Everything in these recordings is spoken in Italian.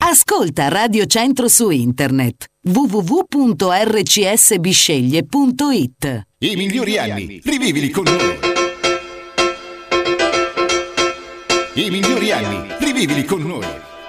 Ascolta Radio Centro su internet www.rcsbisceglie.it. I migliori anni, rivivili con noi. I migliori anni, rivivili con noi.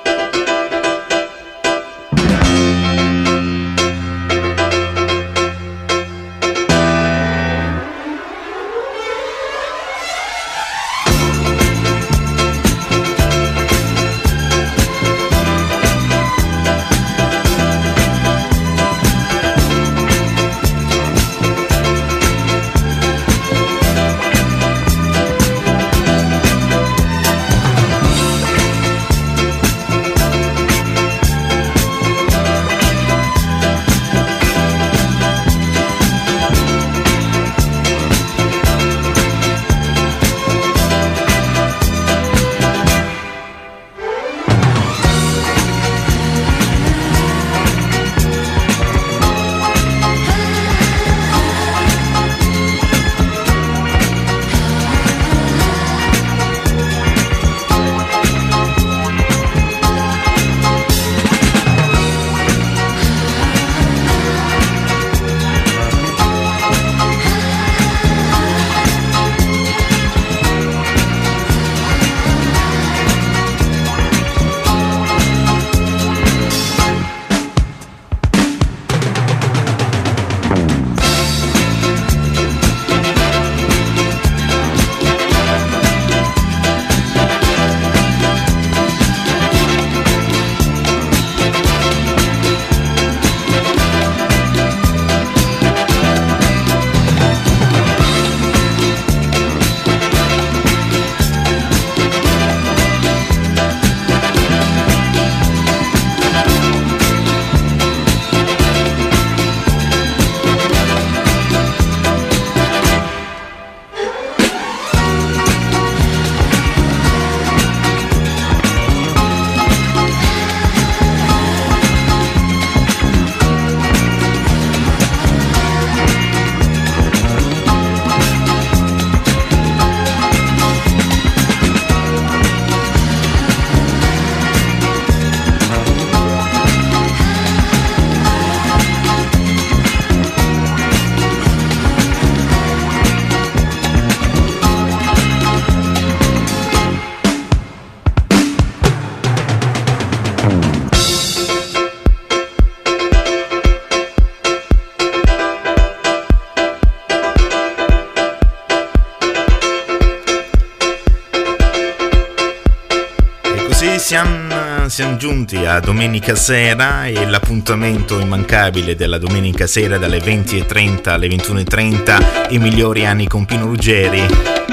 Siamo giunti a domenica sera e l'appuntamento immancabile della domenica sera dalle 20:30 alle 21:30, i migliori anni con Pino Ruggeri,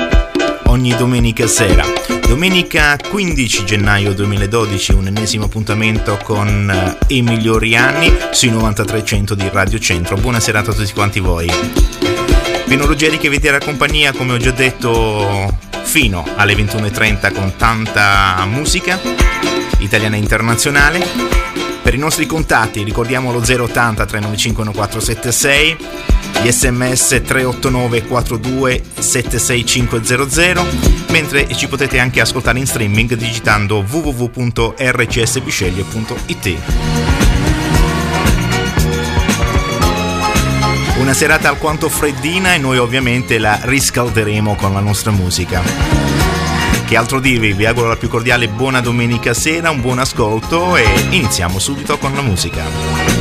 ogni domenica sera. Domenica 15 gennaio 2012, un ennesimo appuntamento con i migliori anni sui 9300 di Radio Centro. Buona serata a tutti quanti voi. Pino Ruggeri che vi terrà compagnia, come ho già detto, fino alle 21:30 con tanta musica italiana e internazionale. Per i nostri contatti ricordiamo lo 080 395 1476, gli sms 389 42 76500, mentre ci potete anche ascoltare in streaming digitando www.rcsbisceglie.it. Una serata alquanto freddina e noi ovviamente la riscalderemo con la nostra musica. Che altro dirvi? Vi auguro la più cordiale buona domenica sera, un buon ascolto e iniziamo subito con la musica.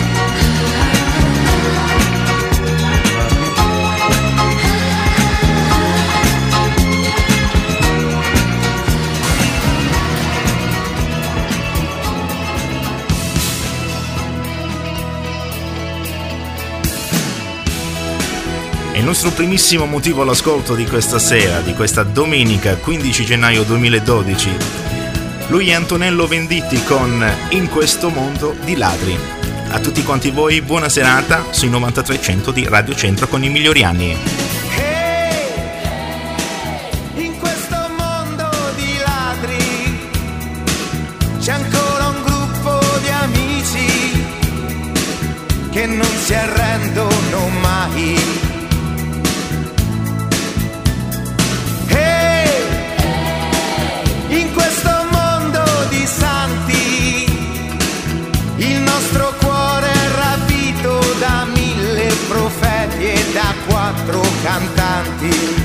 Il nostro primissimo motivo all'ascolto di questa sera, di questa domenica 15 gennaio 2012, lui è Antonello Venditti con In questo mondo di ladri. A tutti quanti voi buona serata sui 9300 di Radio Centro con i migliori anni. In questo mondo di ladri c'è ancora un gruppo di amici che non si arrendono mai. In questo mondo di santi cantanti.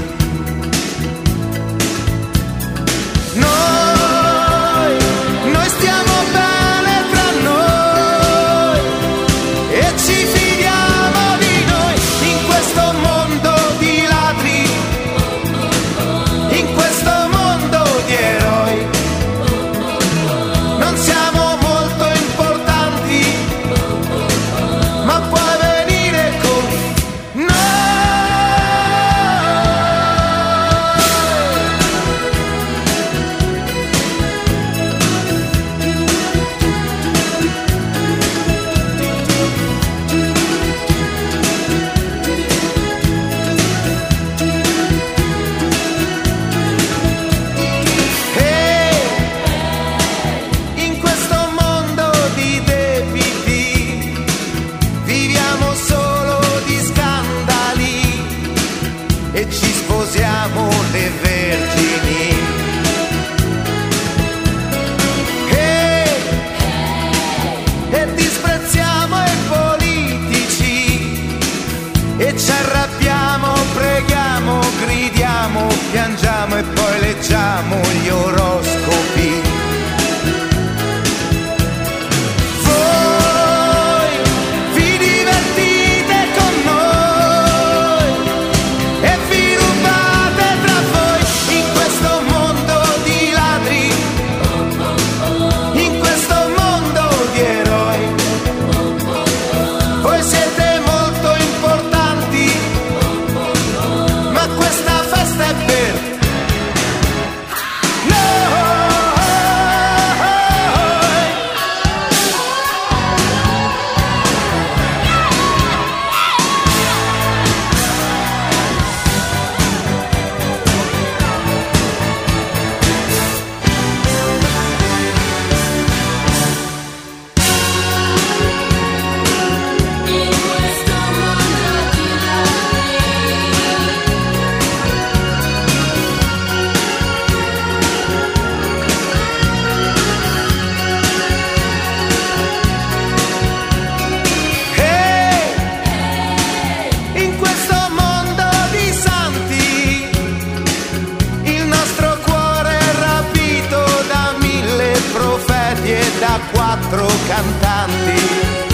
Noi stiamo bene tra noi e ci fidiamo di noi in questo mondo di ladri, in questo mondo di eroi. Non siamo molto importanti, ma puoi venire con noi. In questo mondo di debiti viviamo solo di scandali e ci sposiamo le vergini. E disprezziamo i politici e ci arrabbiamo, preghiamo, gridiamo, piangiamo e poi leggiamo gli oroscopi. Voi vi divertite con noi e vi rubate tra voi in questo mondo di ladri, in questo mondo di eroi. Voi siete molto importanti, ma questa festa è per noi. In questo mondo di santi il nostro cuore è rapito da 1000 profeti e da 4 cantanti.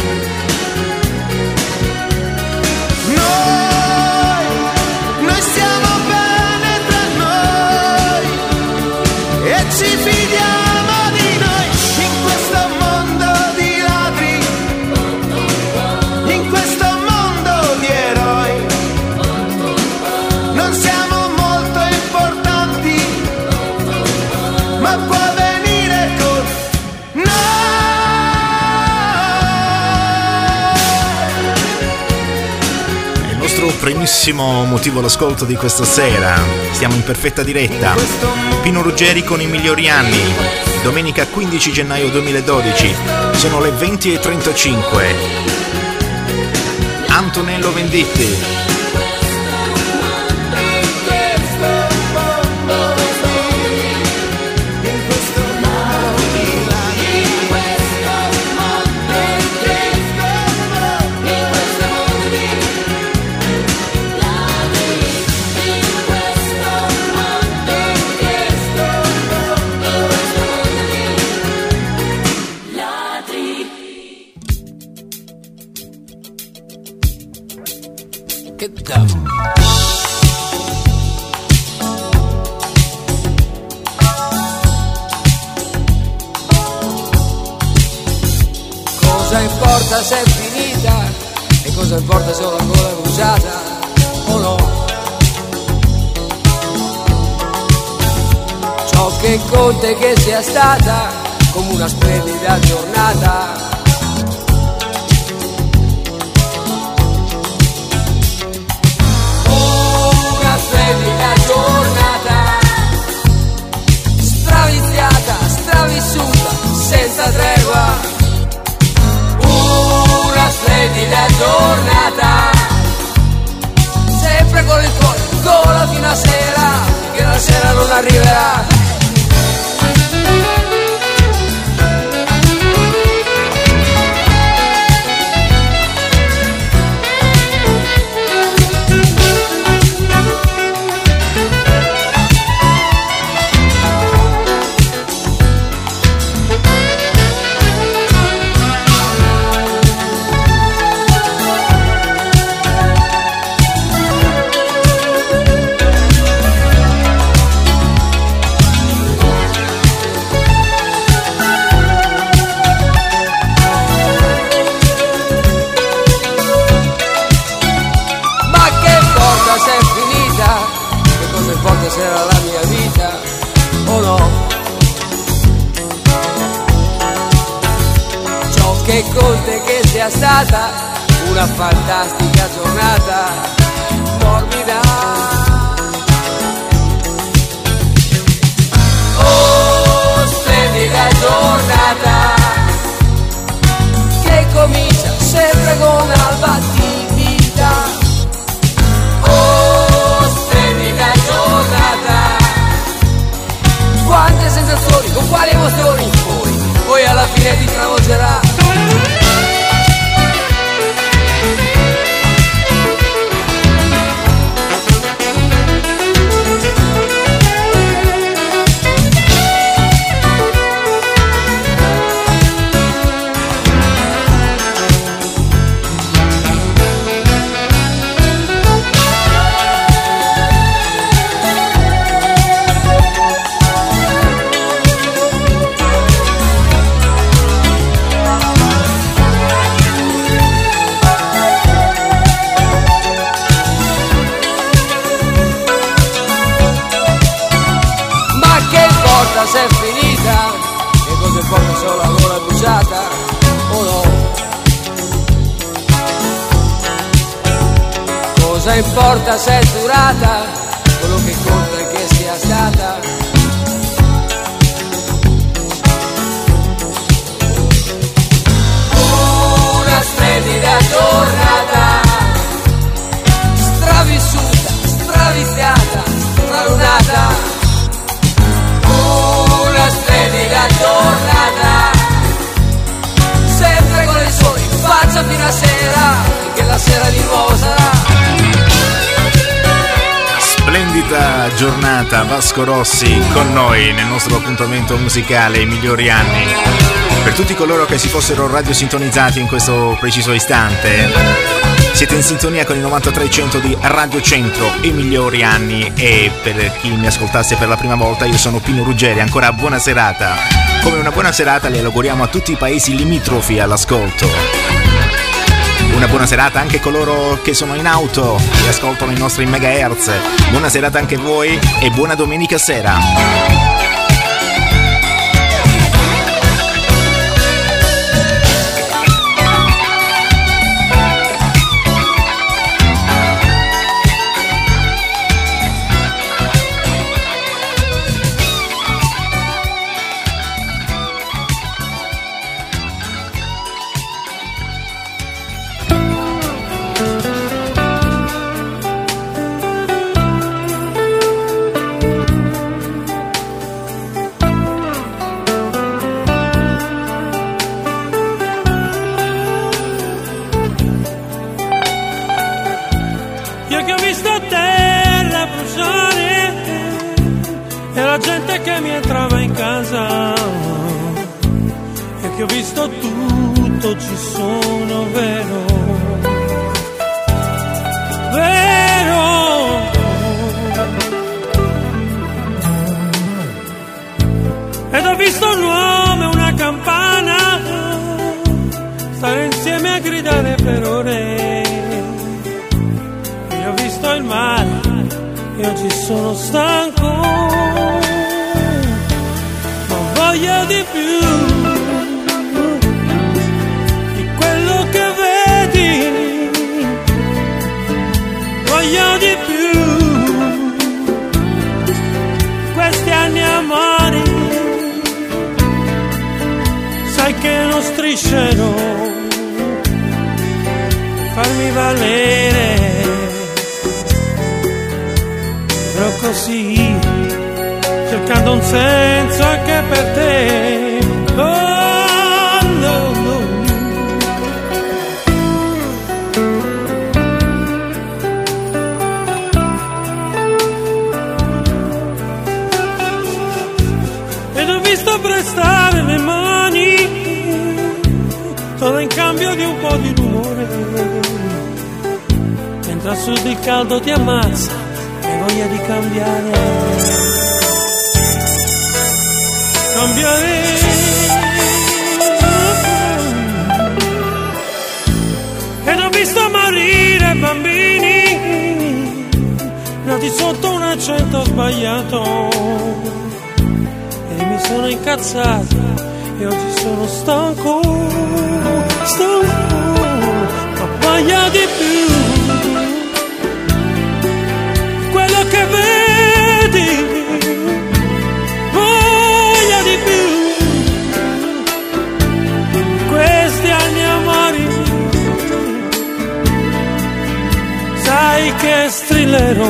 Noi stiamo bene tra noi e ci fidiamo di noi in questo mondo di ladri, in questo mondo di eroi. Non siamo molto importanti, ma puoi venire con noi. Il nostro primissimo motivo all'ascolto di questa sera. Siamo in perfetta diretta. Pino Ruggeri con I migliori anni. Domenica 15 gennaio 2012. Sono le 20:35. Antonello Venditti. Che cavolo. Cosa importa se è finita e cosa importa se ho la gola bruciata o no? Ciò che conta è che sia stata come una splendida giornata. Una splendida giornata, straviziata, stravissuta, senza tregua. Una splendida giornata, sempre con il cuore in gola fino a sera, che la sera non arriverà. che conta è che sia stata una fantastica giornata morbida. Oh, splendida giornata che comincia sempre con alba timida. Oh, splendida giornata, quante sensazioni, con quali emozioni poi alla fine ti travolgerà. Se è finita, che cosa importa solo la gola bruciata, o no? Cosa importa se è durata, quello che conta è che sia stata. Una splendida giornata, stravissuta, straviziata, stralunata. Una splendida giornata, sempre con il sole in faccia fino a sera, che la sera di nuovo sarà. Splendida giornata, Vasco Rossi con noi nel nostro appuntamento musicale I migliori anni. Per tutti coloro che si fossero radiosintonizzati in questo preciso istante, siete in sintonia con il 9300 di Radio Centro, I migliori anni, e per chi mi ascoltasse per la prima volta io sono Pino Ruggeri, ancora buona serata. Come una buona serata le auguriamo a tutti i paesi limitrofi all'ascolto. Una buona serata anche a coloro che sono in auto e ascoltano i nostri megahertz. Buona serata anche a voi e buona domenica sera. Che ho visto tutto, ci sono, vero, vero. Ed ho visto un uomo e una campana stare insieme a gridare per ore. Io ho visto il mare e oggi sono stanco, ma voglio di più. Voglio di più, questi anni amori, sai che non strisciano, farmi valere, però così, cercando un senso anche per te. Oh no, no. Prestare le mani solo in cambio di un po' di rumore, mentre a sud il caldo ti ammazza e voglia di cambiare, cambiare. Ed ho visto morire bambini nati sotto un accento sbagliato. Mi sono incazzato e oggi sono stanco, che strillerò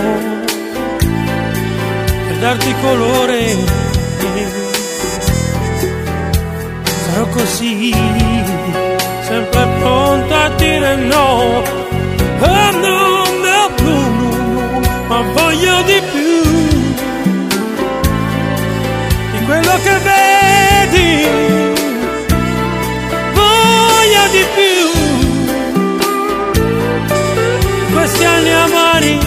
per darti colore. Sarò così, sempre pronto a dire no. Oh no, no, no, no, ma voglio di più di quello che vedi, voglio di più. Questi anni amari,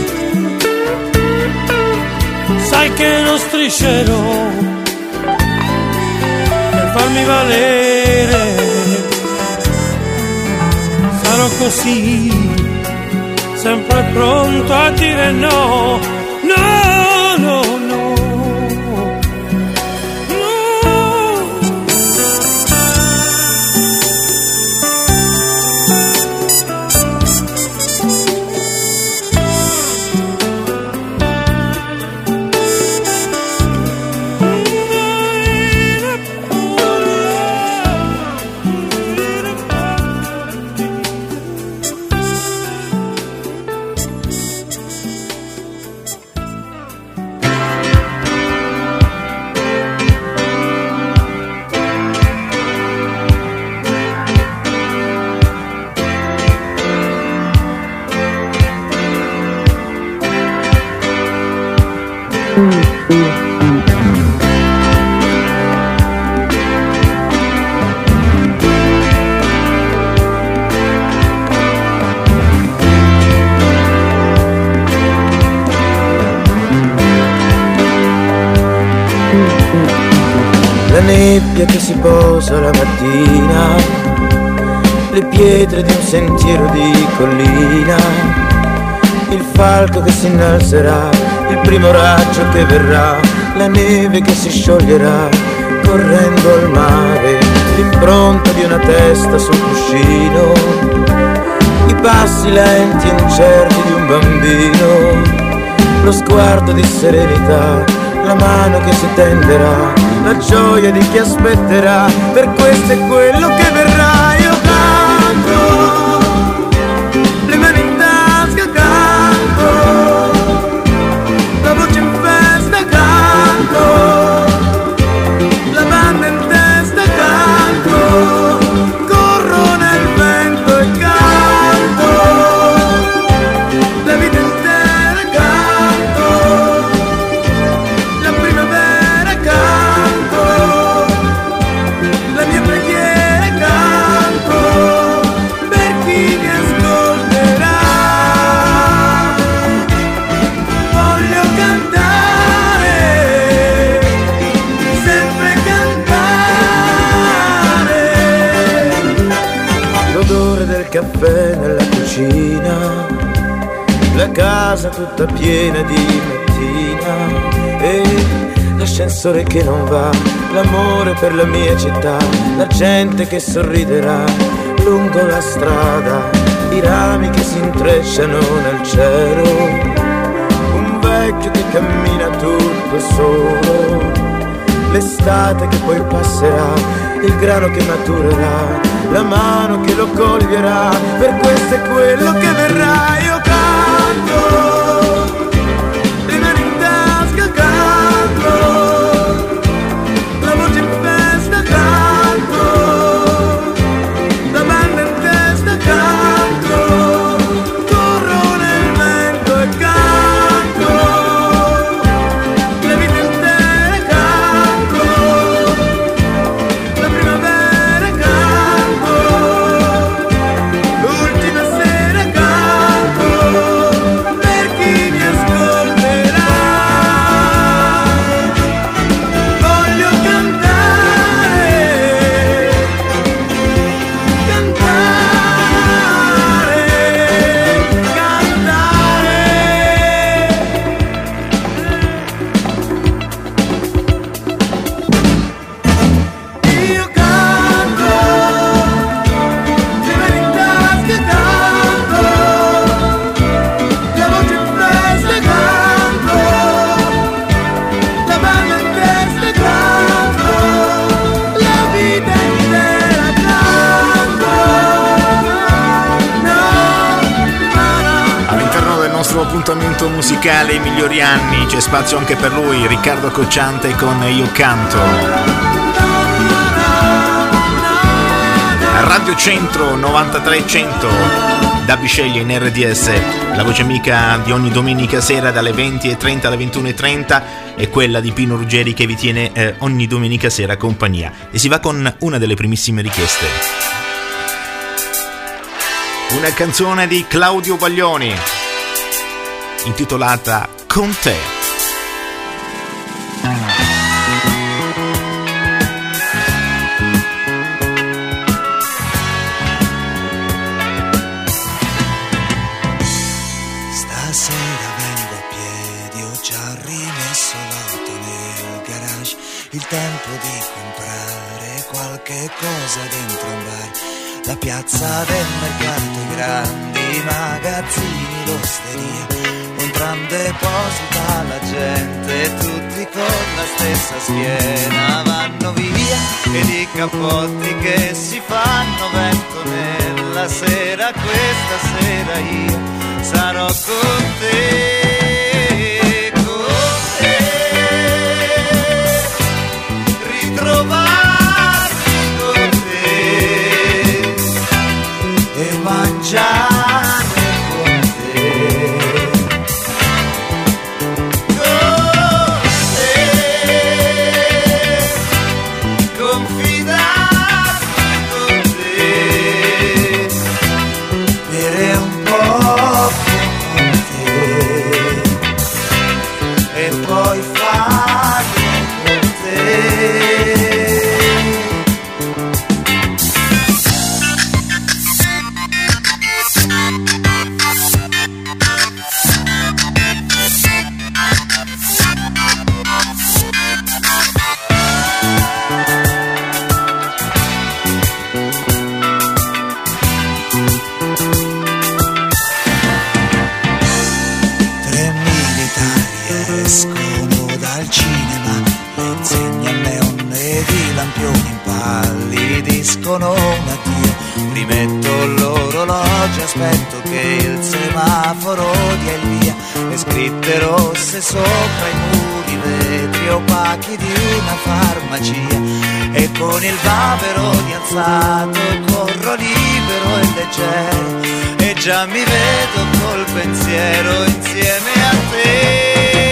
sai che non striscerò per farmi valere. Sarò così, sempre pronto a dire no, no, no, no. La nebbia che si posa la mattina, le pietre di un sentiero di collina, il falco che si innalzerà, il primo raggio che verrà, la neve che si scioglierà correndo al mare, l'impronta di una testa sul cuscino, i passi lenti e incerti di un bambino, lo sguardo di serenità, la mano che si tenderà, la gioia di chi aspetterà, per questo è quello che verrà. Io canto, le mani in tasca canto, la voce in festa canto, la banda in testa canto, corro nel vento e canto, la vita intera canto, la primavera canto, la mia preghiera canto, per chi mi ascolterà. Voglio cantare, sempre cantare. L'odore del caffè nella cucina, la casa tutta piena di mattina e l'ascensore che non va, l'amore per la mia città, la gente che sorriderà lungo la strada, i rami che si intrecciano nel cielo, un vecchio che cammina tutto solo, l'estate che poi passerà, il grano che maturerà, la mano che lo coglierà, per questo è quello che verrà. Io canto, le mani in tasca canto, la voce in festa canto, la banda in testa canto, corro nel vento e canto, la vita intera canto, la primavera canto, l'ultima sera canto, appuntamento musicale I migliori anni, c'è spazio anche per lui, Riccardo Cocciante con Io canto. Radio Centro 93.100, da Bisceglie in RDS, la voce amica di ogni domenica sera dalle 20.30 alle 21.30 è quella di Pino Ruggeri che vi tiene ogni domenica sera compagnia. E si va con una delle primissime richieste. Una canzone di Claudio Baglioni intitolata Con te. Il tempo di comprare qualche cosa dentro un bar, la piazza del mercato, i grandi magazzini, l'osteria, un tram deposita la gente, tutti con la stessa schiena vanno via, ed i cappotti che si fanno vento nella sera, questa sera io sarò con te. Trovarmi con te e mangiare con te, confidarmi con te, bere un po' con te e poi farlo con te. Dicono un addio, rimetto l'orologio, aspetto che il semaforo dia il via, le scritte rosse sopra i muri, vetri opachi di una farmacia, e con il bavero rialzato corro libero e leggero, e già mi vedo col pensiero insieme a te.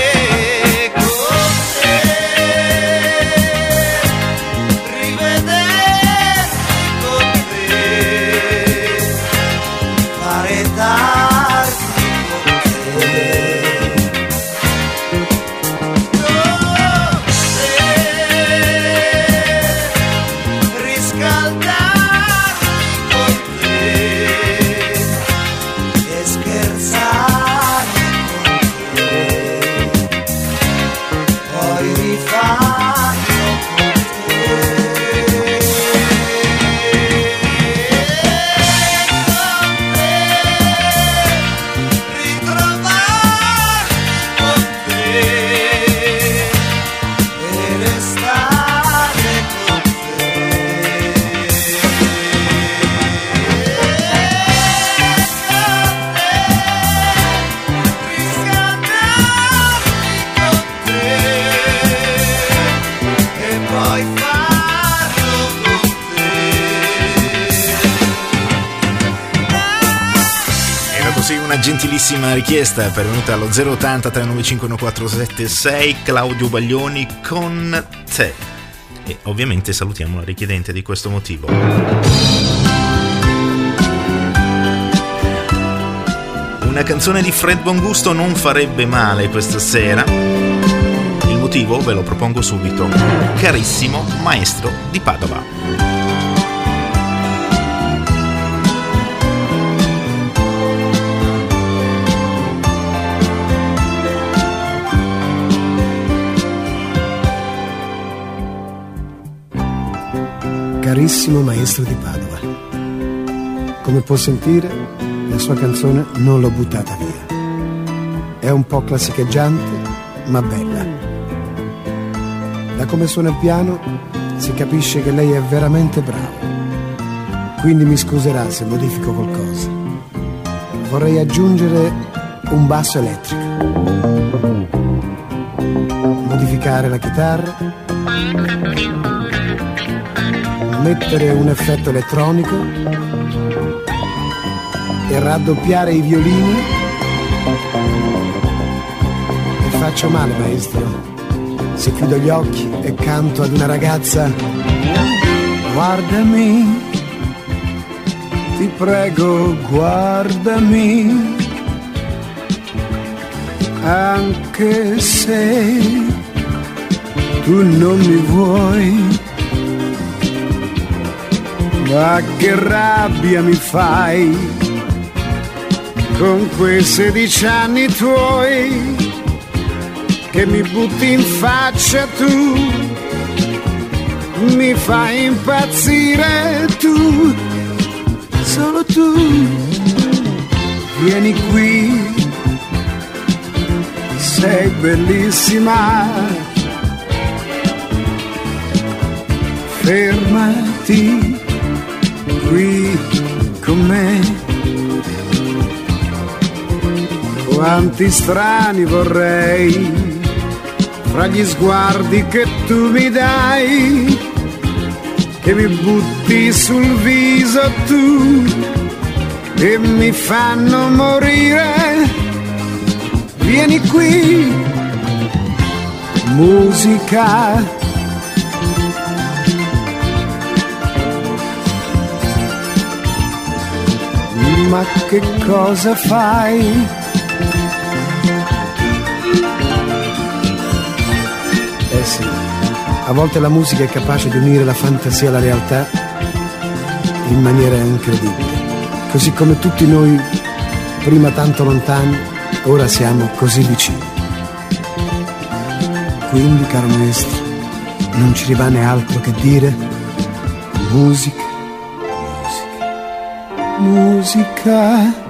Una gentilissima richiesta pervenuta allo 080 395 1476, Claudio Baglioni con te, e ovviamente salutiamo la richiedente di questo motivo. Una canzone di Fred Bongusto non farebbe male questa sera, il motivo ve lo propongo subito: Carissimo maestro di Padova. Carissimo maestro di Padova, come può sentire, la sua canzone non l'ho buttata via. È un po' classicheggiante, ma bella. Da come suona il piano si capisce che lei è veramente brava. Quindi mi scuserà se modifico qualcosa. Vorrei aggiungere un basso elettrico, modificare la chitarra, mettere un effetto elettronico e raddoppiare i violini. E faccio male, maestro, se chiudo gli occhi e canto ad una ragazza: guardami, ti prego, guardami, anche se tu non mi vuoi, ma che rabbia mi fai con quei 16 anni tuoi che mi butti in faccia tu, mi fai impazzire tu, solo tu. Vieni qui, sei bellissima, fermati qui con me. Quanti strani vorrei fra gli sguardi che tu mi dai, che mi butti sul viso tu e mi fanno morire. Vieni qui, musica, ma che cosa fai? Eh sì, a volte la musica è capace di unire la fantasia alla realtà in maniera incredibile, così come tutti noi, prima tanto lontani, ora siamo così vicini. Quindi, caro maestro, non ci rimane altro che dire: musica, musica, musica.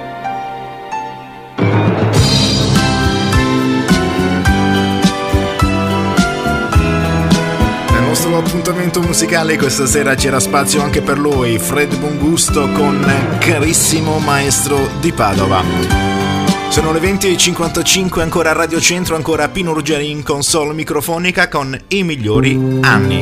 Appuntamento musicale questa sera c'era spazio anche per lui, Fred Bongusto con Carissimo Maestro di Padova. Sono le 20:55, ancora a Radio Centro, ancora Pino Ruggeri in console microfonica con I migliori anni.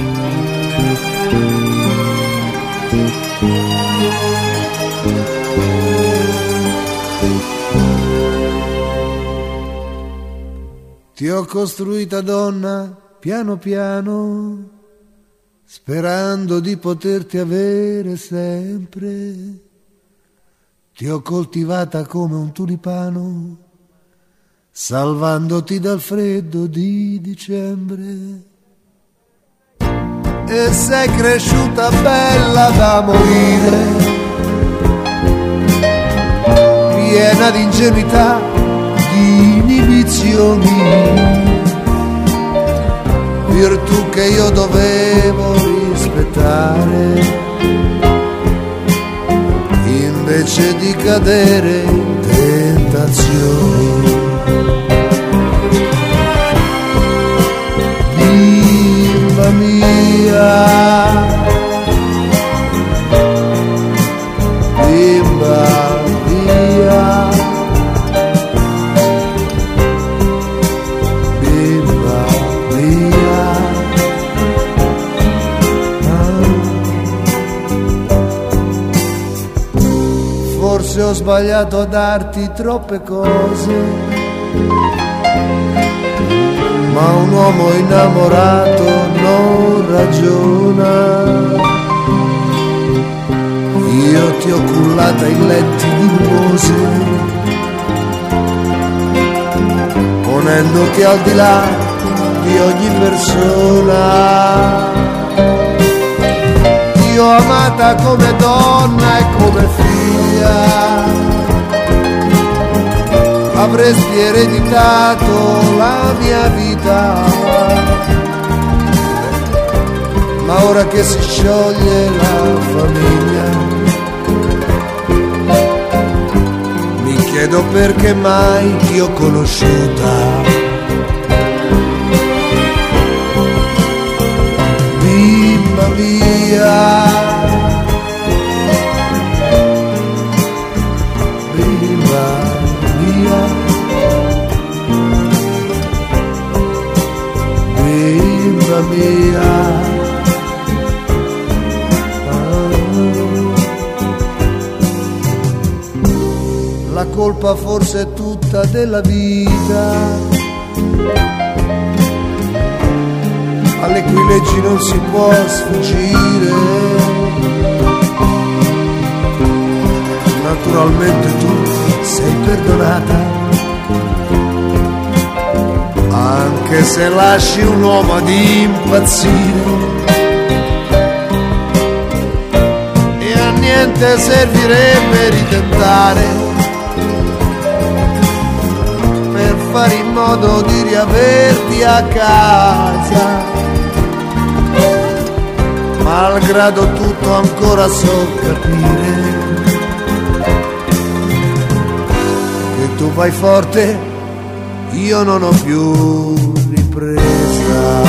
Ti ho costruita donna piano piano, sperando di poterti avere sempre. Ti ho coltivata come un tulipano, salvandoti dal freddo di dicembre. E sei cresciuta bella da morire, piena di ingenuità, di inibizioni, virtù che io dovevo rispettare, invece di cadere in tentazioni. Bimba mia, bimba mia, forse ho sbagliato a darti troppe cose, ma un uomo innamorato non ragiona. Io ti ho cullata in letti di mimose, ponendoti al di là di ogni persona. Ti ho amata come donna e come figlia, avresti ereditato la mia vita, ma ora che si scioglie la famiglia, mi chiedo perché mai ti ho conosciuta. Bimba mia, bimba mia, colpa forse è tutta della vita, alle cui leggi non si può sfuggire. Naturalmente tu sei perdonata, anche se lasci un uomo ad impazzire. E a niente servirebbe ritentare per fare in modo di riaverti a casa. Malgrado tutto ancora so capire che tu vai forte, io non ho più ripresa.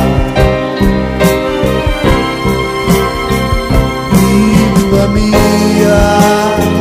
Bimba mia,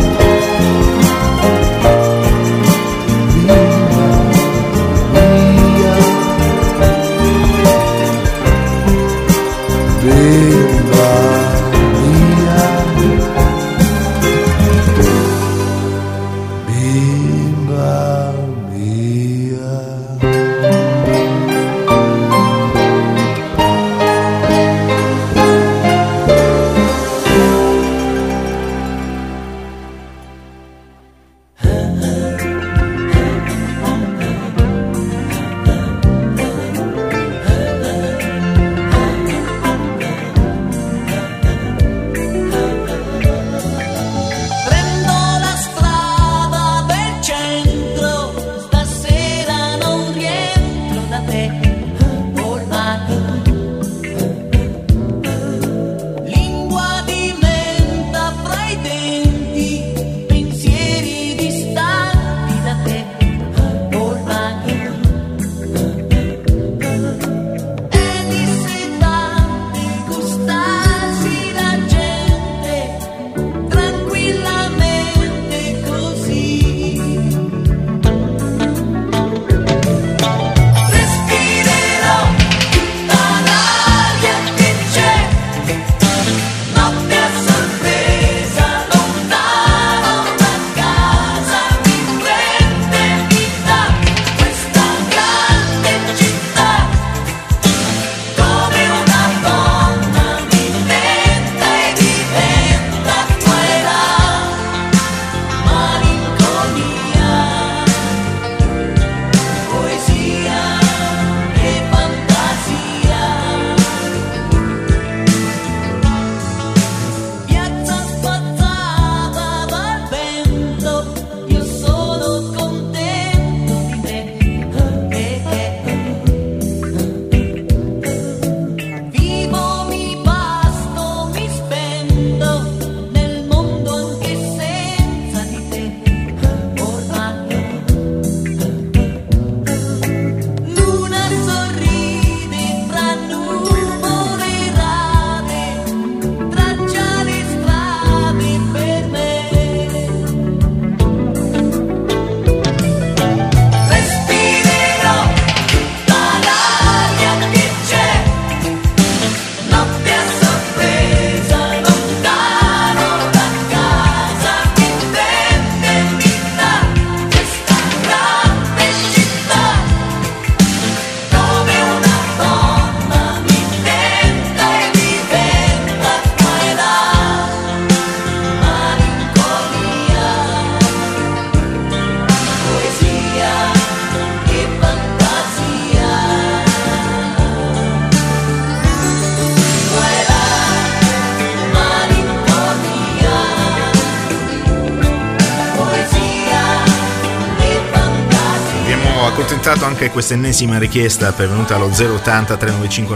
accontentato anche questa ennesima richiesta pervenuta allo 080 395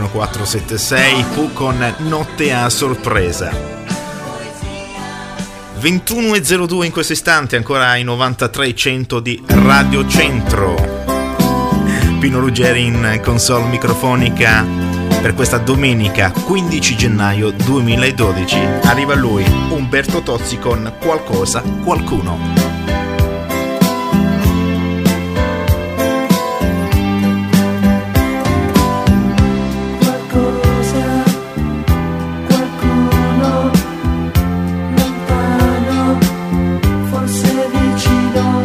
1476 fu con Notte a sorpresa. 21:02 in questo istante, ancora ai 93.100 di Radio Centro. Pino Ruggeri in console microfonica per questa domenica 15 gennaio 2012. Arriva lui, Umberto Tozzi con Qualcosa, Qualcuno. Forse vicino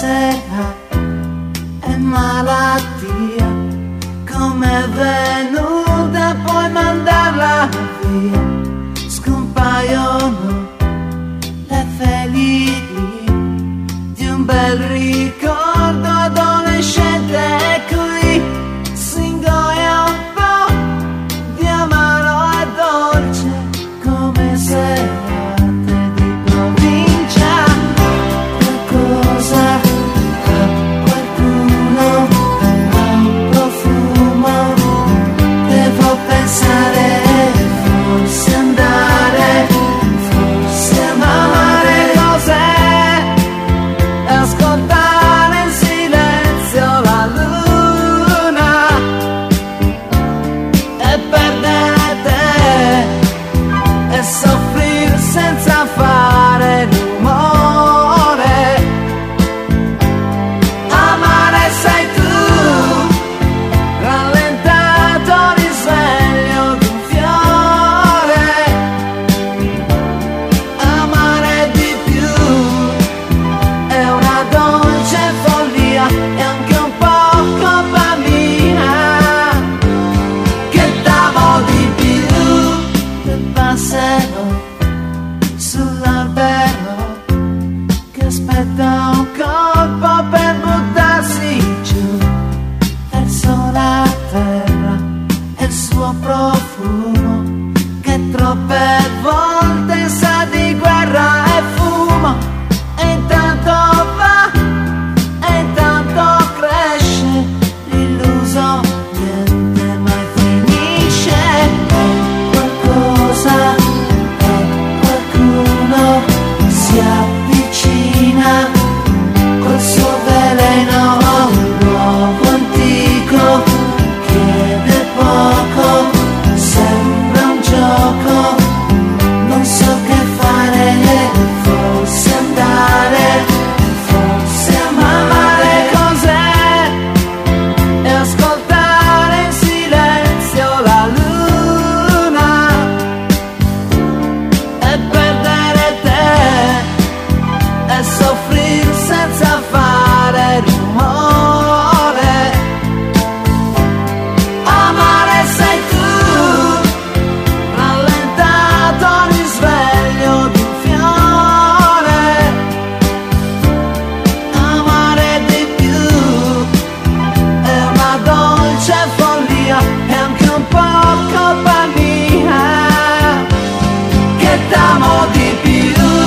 sera è malattia, come è venuta puoi mandarla via. Scompaiono le feli di un bel ricordo adolescente, e qui si ingoia un po' di amaro e dolce, come serate di provincia. Qualcosa, qualcuno, un profumo, devo pensare, forse andare, forse amare, cos'è? Ascoltare in silenzio la luna e perdere te e soffrire senza fare rumore. Amare sei tu, rallentato risveglio di un fiore. Amare di più è una dolce follia e anche un po' colpa mia, che t'amo di più del passero sull'albero che aspetta un colpo per buttarsi giù verso la terra, e il suo profumo che troppe volte sa di guerra e fumo, e intanto va e intanto cresce l'illuso, niente mai finisce. Qualcosa e qualcuno si avvicina col suo veleno, nuovo antico, chiede poco, sembra un gioco, non so che fare, forse andare, forse amare, cos'è? E ascoltare in silenzio la luna e perdere te e soffrire senza fare rumore. Amare sei tu, rallentato risveglio di un fiore. Amare di più è una dolce follia e anche un po' colpa mia, che t'amo di più.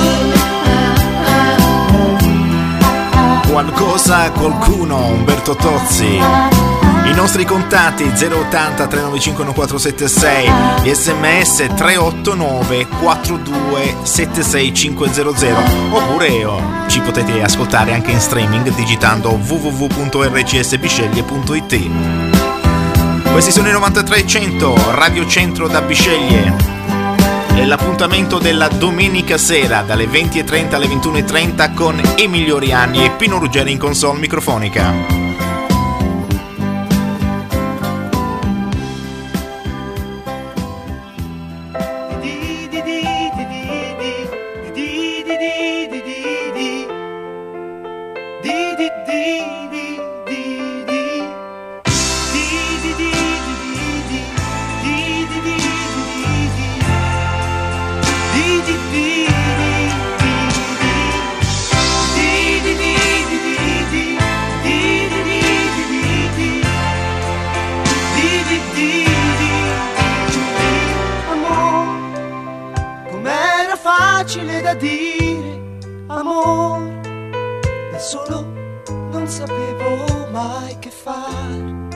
Qualcosa, qualcuno, Umberto Tozzi. I nostri contatti 080 395 1476, gli sms 389 42 76500, oppure ci potete ascoltare anche in streaming digitando www.rcsbisceglie.it. Questi sono i 9300, Radio Centro da Bisceglie. È l'appuntamento della domenica sera dalle 20:30 alle 21:30 con Emilio Rianni e Pino Ruggeri in console microfonica. Facile da dire, amore, da solo non sapevo mai che fare,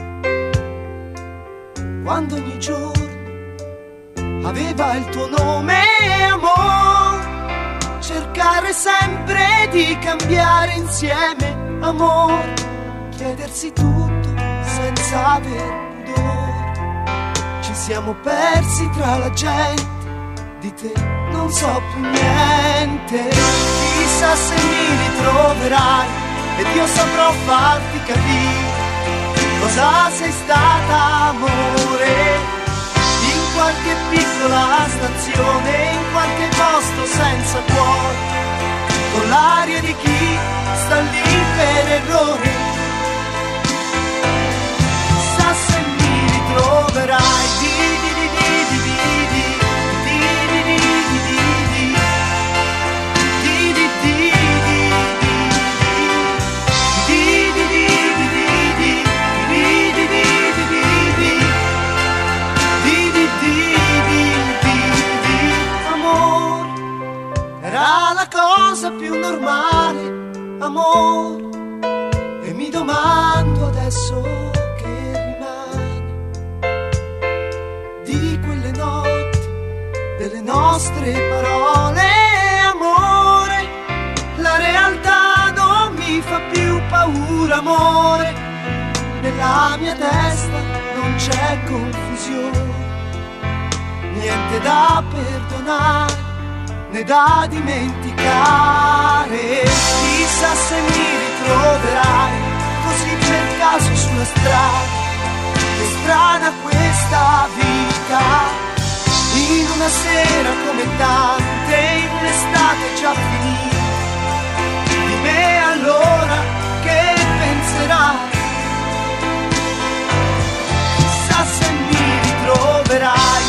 quando ogni giorno aveva il tuo nome, amore, cercare sempre di cambiare insieme, amore, chiedersi tutto senza aver pudore, ci siamo persi tra la gente, di te non so più niente, chissà se mi ritroverai ed io saprò farti capire cosa sei stata, amore, in qualche piccola stazione, in qualche posto senza cuore, con l'aria di chi sta lì per adesso che rimane di quelle notti, delle nostre parole, amore. La realtà non mi fa più paura, amore. Nella mia testa non c'è confusione, niente da perdonare né da dimenticare. Chissà se mi ritroverai così per caso sulla strada. Che strana questa vita, in una sera come tante, in un'estate già finita. Di me allora che penserai? Chissà se mi ritroverai.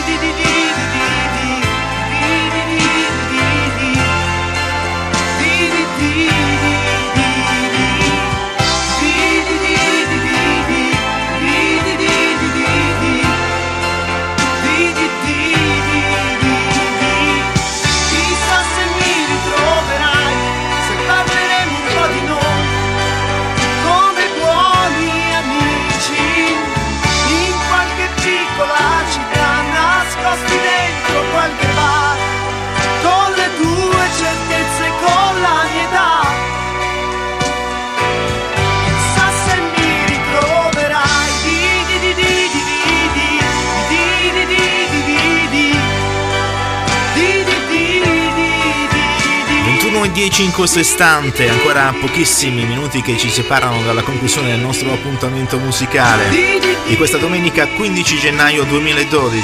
e 10 in questo istante, ancora pochissimi minuti che ci separano dalla conclusione del nostro appuntamento musicale di questa domenica 15 gennaio 2012.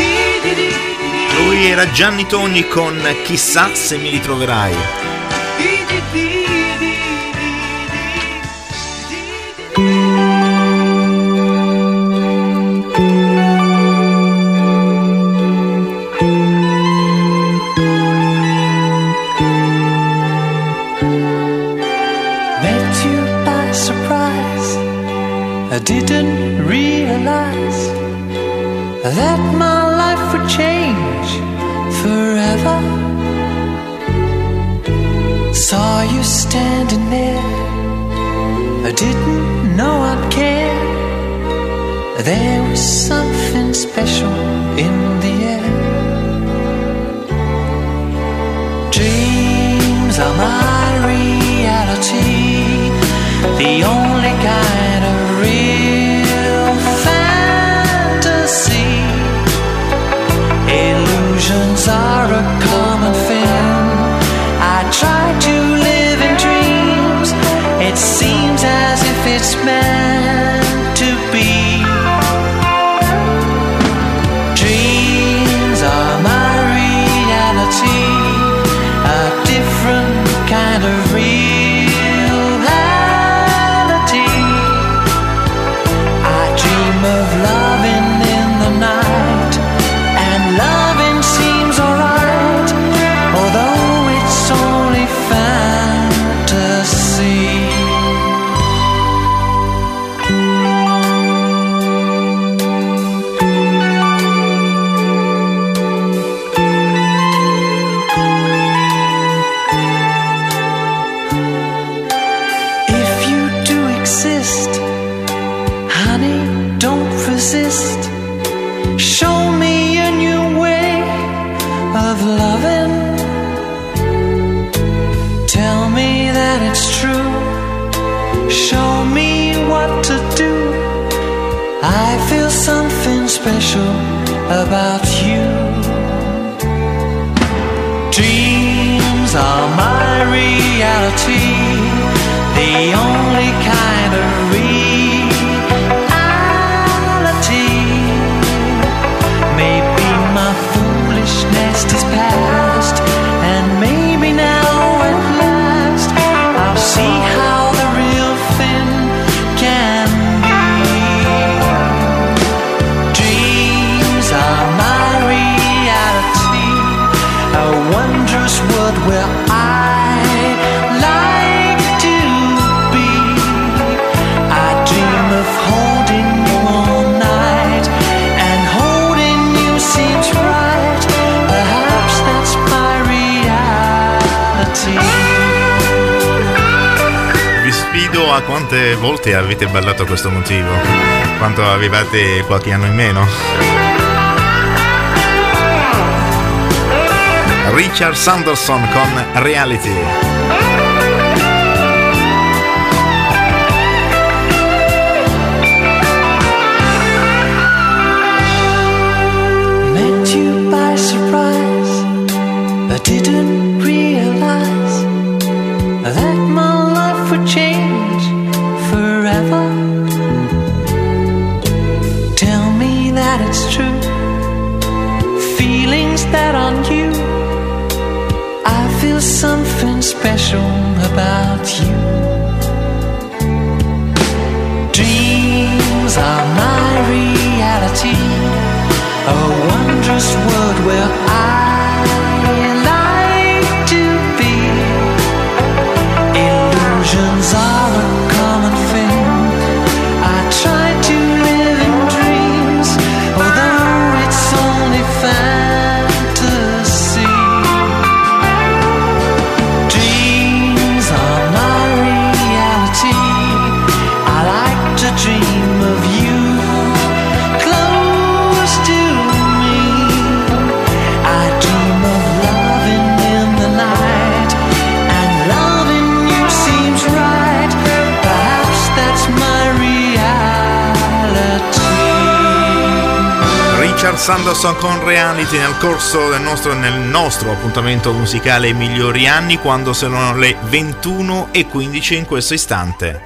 Lui era Gianni Togni con Chissà se mi ritroverai. I didn't realize that my life would change forever. Saw you standing there, I didn't know I'd care. There was something special in the air. Dreams are my reality, the only kind of real fantasy. Illusions are a common thing. I try to live in dreams. It seems as if it's meant to be. Dreams are my reality, a different kind of reality. Of loving in the night, and loving seems alright, although it's only fantasy. If you do exist, honey, don't resist. Show me a new way of loving. Tell me that it's true. Show me what to do. I feel something special about you. Dreams are my reality, the only kind of reality. Maybe my foolishness is past, and maybe now at last I'll see how the real thing can be. Dreams are my reality, a wondrous world where I lie chiedo a quante volte avete ballato questo motivo, quanto avevate qualche anno in meno. Richard Sanderson con Reality. Didn't realize that my life would change forever. Tell me that it's true. Feelings that are new. I feel something special about you. Dreams are my reality. A wondrous world where I are a common thing. I try to live in dreams, although it's only fantasy. Dreams are my reality. I like to dream of you close to me. I dream of loving in the night, and loving you seems right. Perhaps that's my reality. Richard Sanderson con Reality nel corso del nostro appuntamento musicale Migliori Anni, quando sono le 21:15 in questo istante.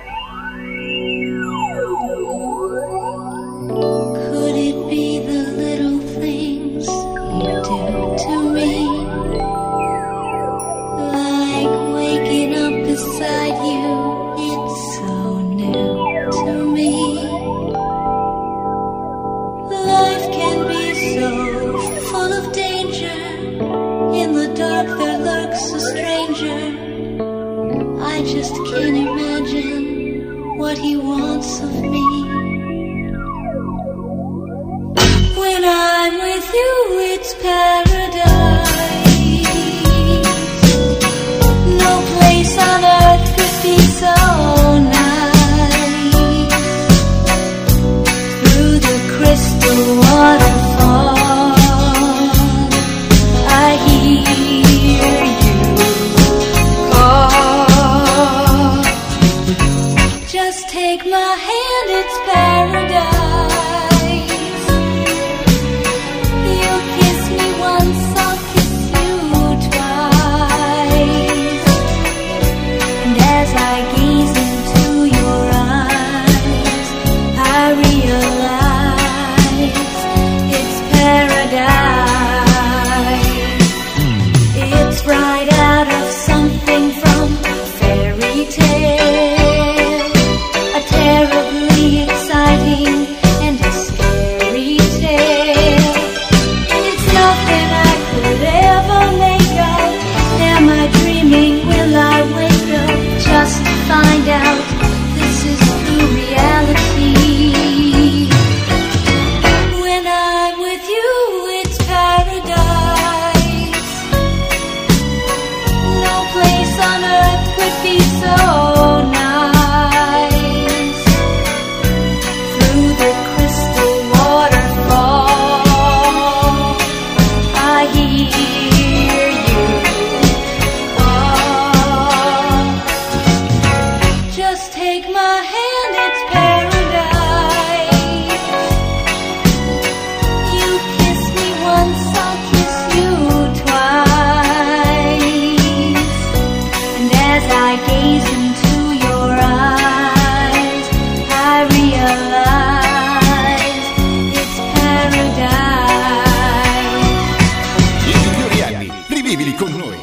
Could it be the little things you do to me? Like waking up beside you, it's so new to me. Life can be so full of danger. In the dark there lurks a stranger. I just can't imagine what he wants of me. When I'm with you, it's paradise. No place on earth could be so nice. Through the crystal waterfall, I hear you call. Just take my hand, it's paradise. You kiss me once, I'll kiss you twice. And as I gaze into your eyes, I realize it's paradise. It's right out of something from a fairy tale, a terribly exciting and a scary tale. It's nothing I could ever make of. Am I dreaming? Will I wake up just to find out this is true reality? When I'm with you, it's paradise. No place on earth could be so nice. Through the crystal waterfall, I hear you call. Just take my hand, it's paradise. You kiss me once, I'll kiss you twice. And as I gaze into your eyes, I realize it's paradise. I migliori anni, rivivili con noi.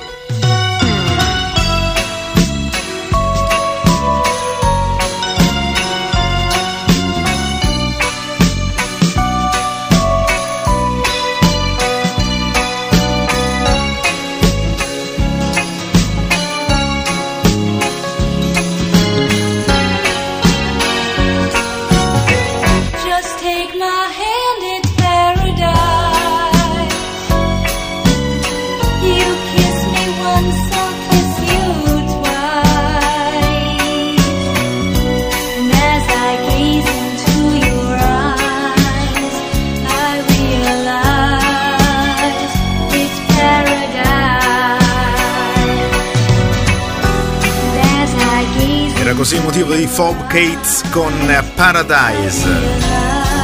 Era così il motivo di Phoebe Cates con Paradise.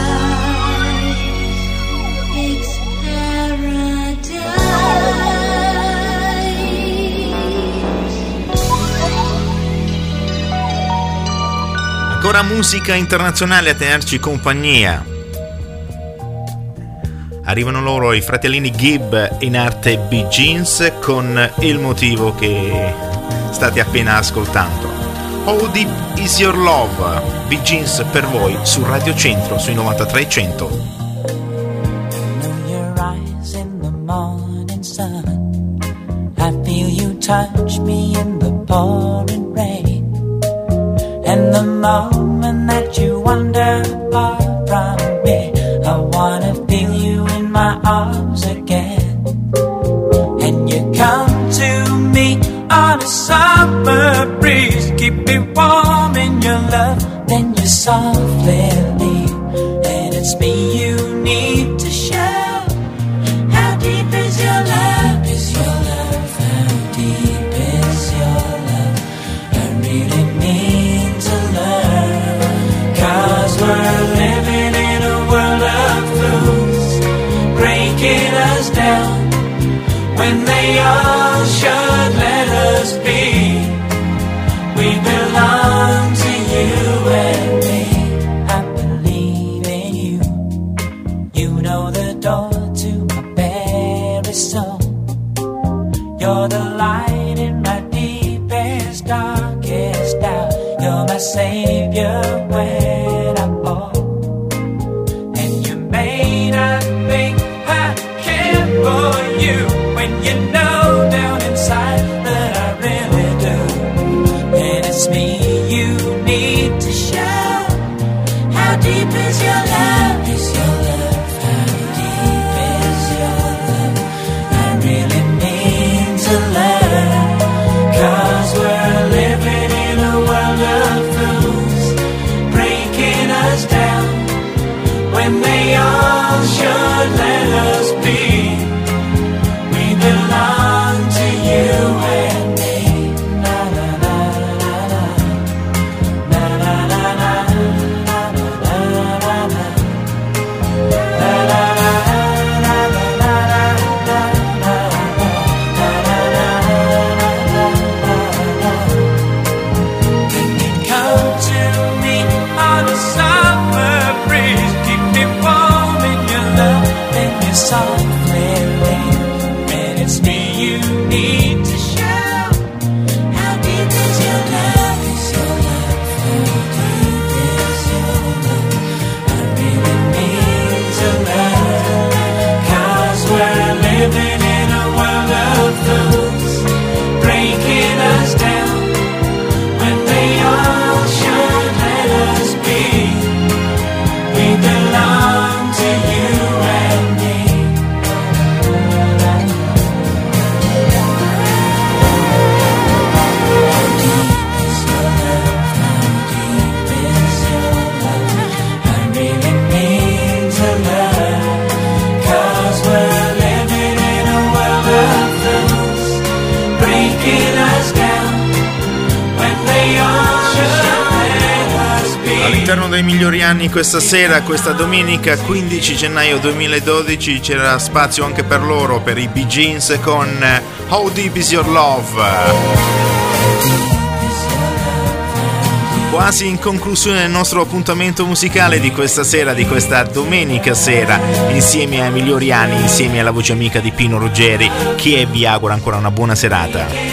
Ancora musica internazionale a tenerci compagnia. Arrivano loro i fratellini Gibb, in arte Bee Gees, con il motivo che state appena ascoltando. How Deep Is Your Love, Bee Gees per voi su Radio Centro sui 93.100. I feel you touch me in the pouring rain. And the moment that you wander far from me, I wanna feel you in my arms again. And you come to me on a summer breeze, keep me warm in your love, then you softly leave. And it's me you need to show. How deep is your love? Is your love? How deep is your love? I really need to learn, 'cause we're living in a world of fools, breaking us down when they all should let us be. We belong to you and me. I believe in you. You know the door to my very soul. You're the light in my deepest, darkest doubt. You're my savior when I fall. And you may not think I care for you, when you know down inside that I really do. And it's me you need to show. How deep is your love? Is your love? How deep is your love? I really need to learn, 'cause we're living in a world of fools, breaking us down when they all should let us be. We belong to you and me. Na na na na na, na na na na, na na na na, na na come to me on a summer breeze, keep me warm in your love, then you softly leave. And it's me you need to show. How deep is your love? Is your love? How deep is your love? I really need to learn, 'cause we're living in a world of fools, breaking us down when they all should let us be. We belong to you and me. How deep is your love? How deep is your love? I really need to learn, 'cause we're living in a world of fools, breaking us down when they all should let us be. All'interno dei migliori anni questa sera, questa domenica 15 gennaio 2012, c'era spazio anche per loro, per i Bee Gees con How Deep Is Your Love. Quasi in conclusione del nostro appuntamento musicale di questa sera, di questa domenica sera, insieme ai migliori anni, insieme alla voce amica di Pino Ruggeri, che vi augura ancora una buona serata.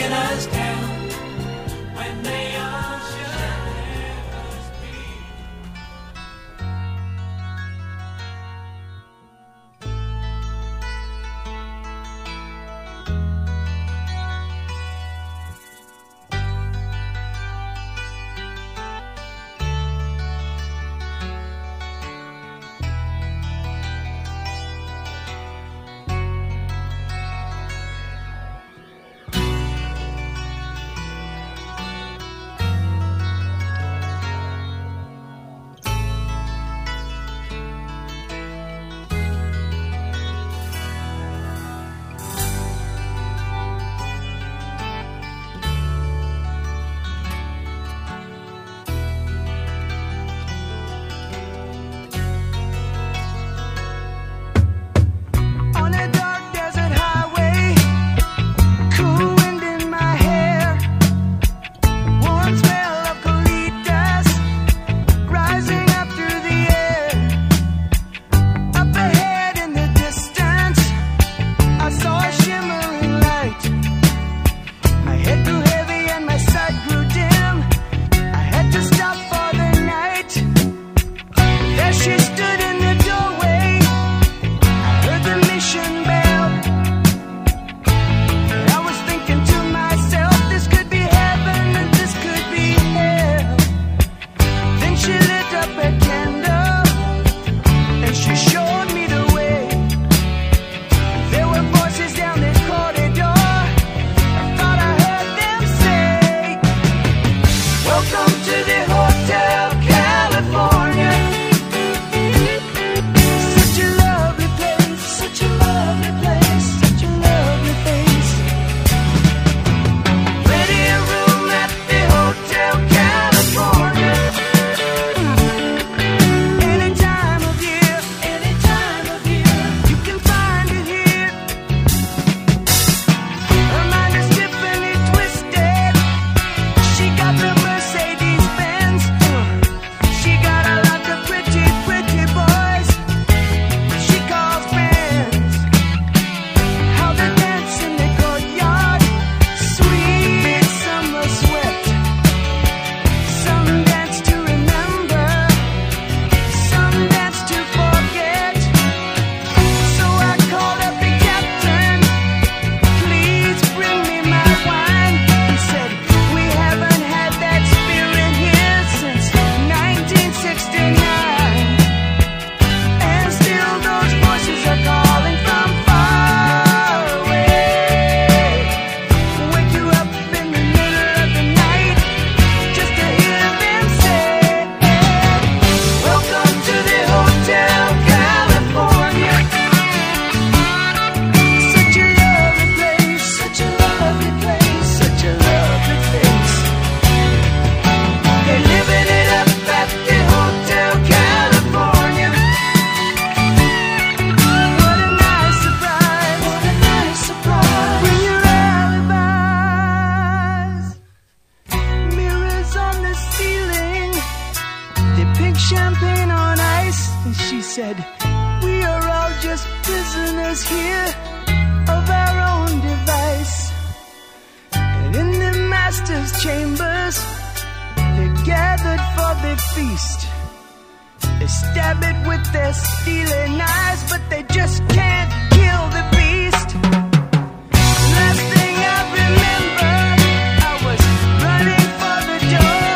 said, we are all just prisoners here of our own device. And in the master's chambers, they're gathered for the feast. They stab it with their steely knives, but they just can't kill the beast. Last thing I remember, I was running for the door.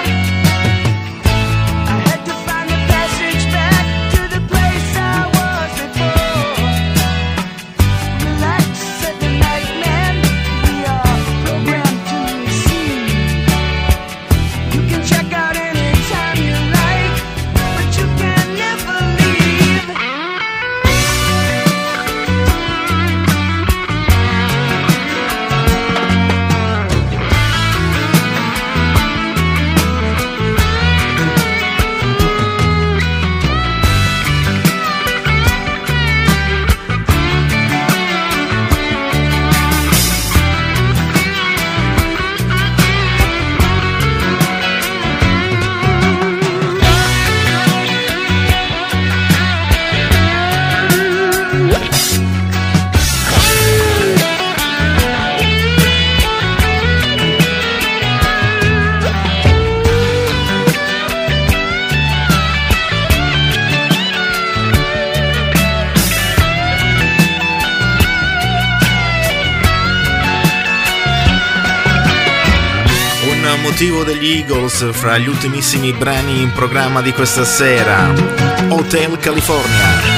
I had to find the passage back to the place I was before. Relax, said the night man, we are programmed to receive. You can check out anytime you like, but you can never leave. Motivo degli Eagles fra gli ultimissimi brani in programma di questa sera, Hotel California.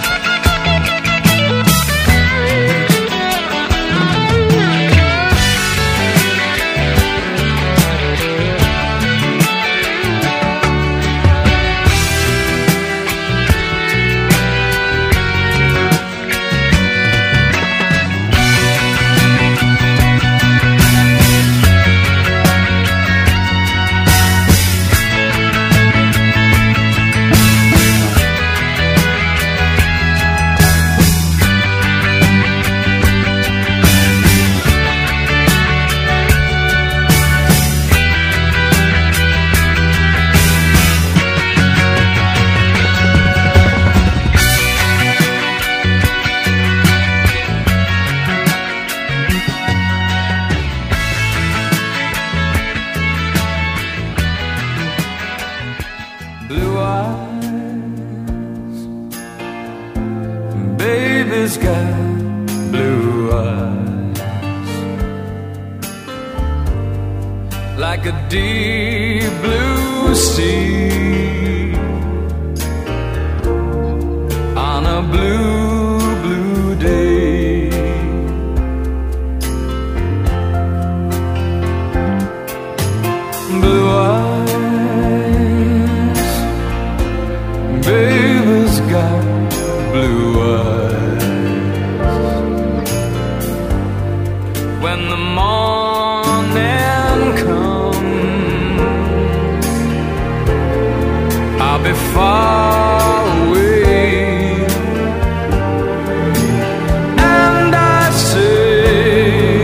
Baby's got blue eyes like a deep blue sea on a blue, blue day. Blue eyes, baby's got blue eyes. When the morning comes, I'll be far away, and I say,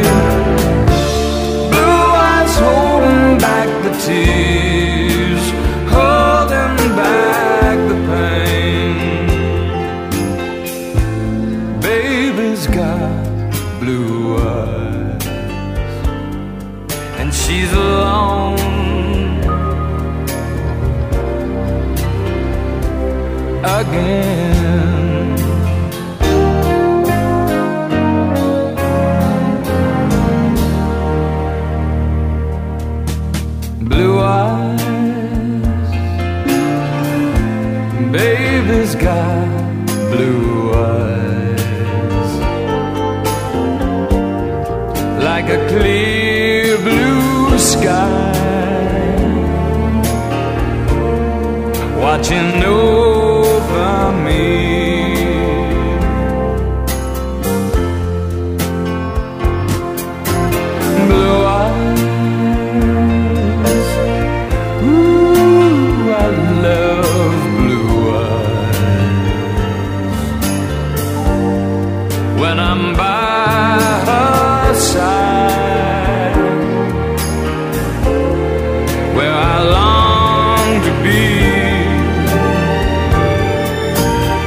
blue eyes holding back the tears, holding back the pain. Baby's got blue eyes, and she's alone again. Blue eyes, baby's got blue eyes like a clear blue sky, watching over me. Blue eyes, ooh, I love blue eyes. When I'm by her side, where I long to be,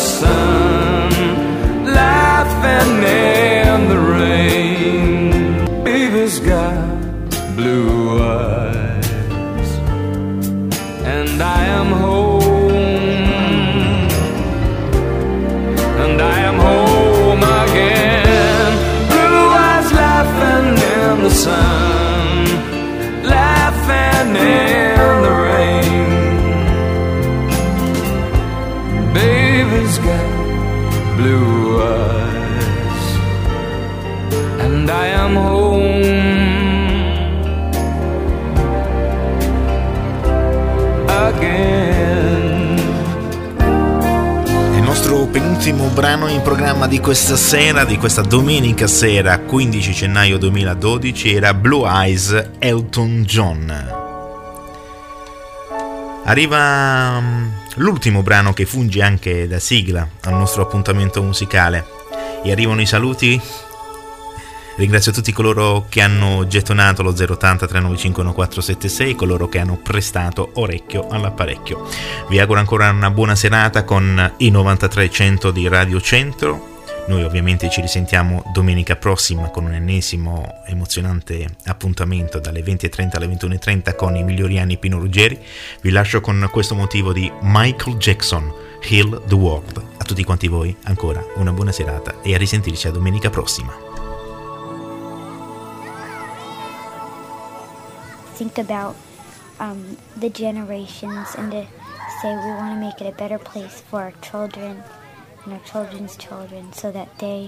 sun, laughing in the rain. Baby's got blue eyes, and I am home, and I am home again. Blue eyes laughing in the sun, laughing in the rain. Baby's got blue eyes, and I am home again. Il nostro penultimo brano in programma di questa sera, di questa domenica sera 15 gennaio 2012, era Blue Eyes, Elton John. Arriva l'ultimo brano che funge anche da sigla al nostro appuntamento musicale e arrivano i saluti. Ringrazio tutti coloro che hanno gettonato lo 080 395 1476, coloro che hanno prestato orecchio all'apparecchio. Vi auguro ancora una buona serata con i 93.100 di Radio Centro. Noi ovviamente ci risentiamo domenica prossima con un ennesimo emozionante appuntamento dalle 20.30 alle 21.30 con i migliori anni Pino Ruggeri. Vi lascio con questo motivo di Michael Jackson, Heal the World. A tutti quanti voi ancora una buona serata e a risentirci a domenica prossima. Think about the generations and to say we want to make it a better place for our children and our children's children, so that they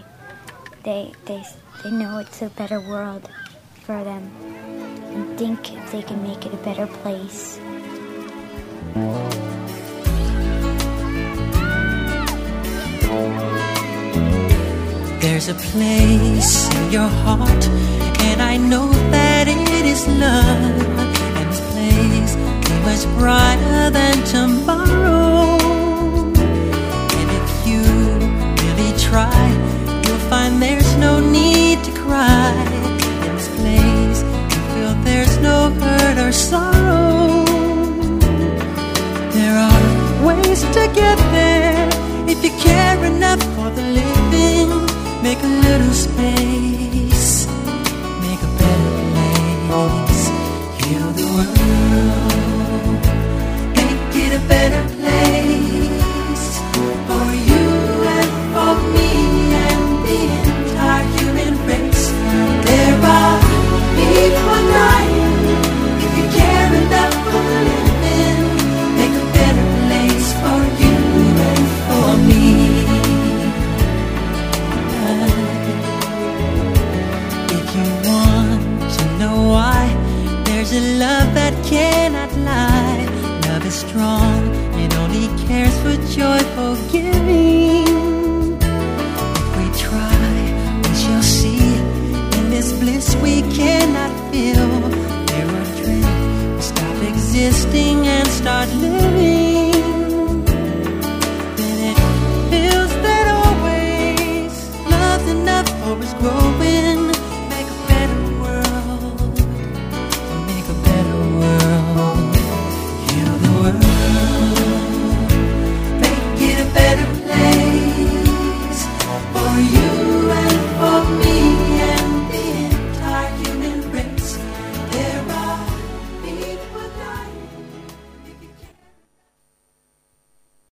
know it's a better world for them, and think if they can make it a better place. There's a place in your heart, and I know that it is love, and this place is much brighter than tomorrow. Try, you'll find there's no need to cry. In this place, you feel there's no hurt or sorrow. There are ways to get there if you care enough for the living. Make a little space, make a better place. Heal the world, make it a better place for you and for me and the entire human race. There are people dying. If you care enough for the living, make a better place for you and for me. If you want to know why, there's a love that cannot lie. Love is strong, it only cares for joyful giving. This bliss we cannot feel. There are dreams, we stop existing and start living.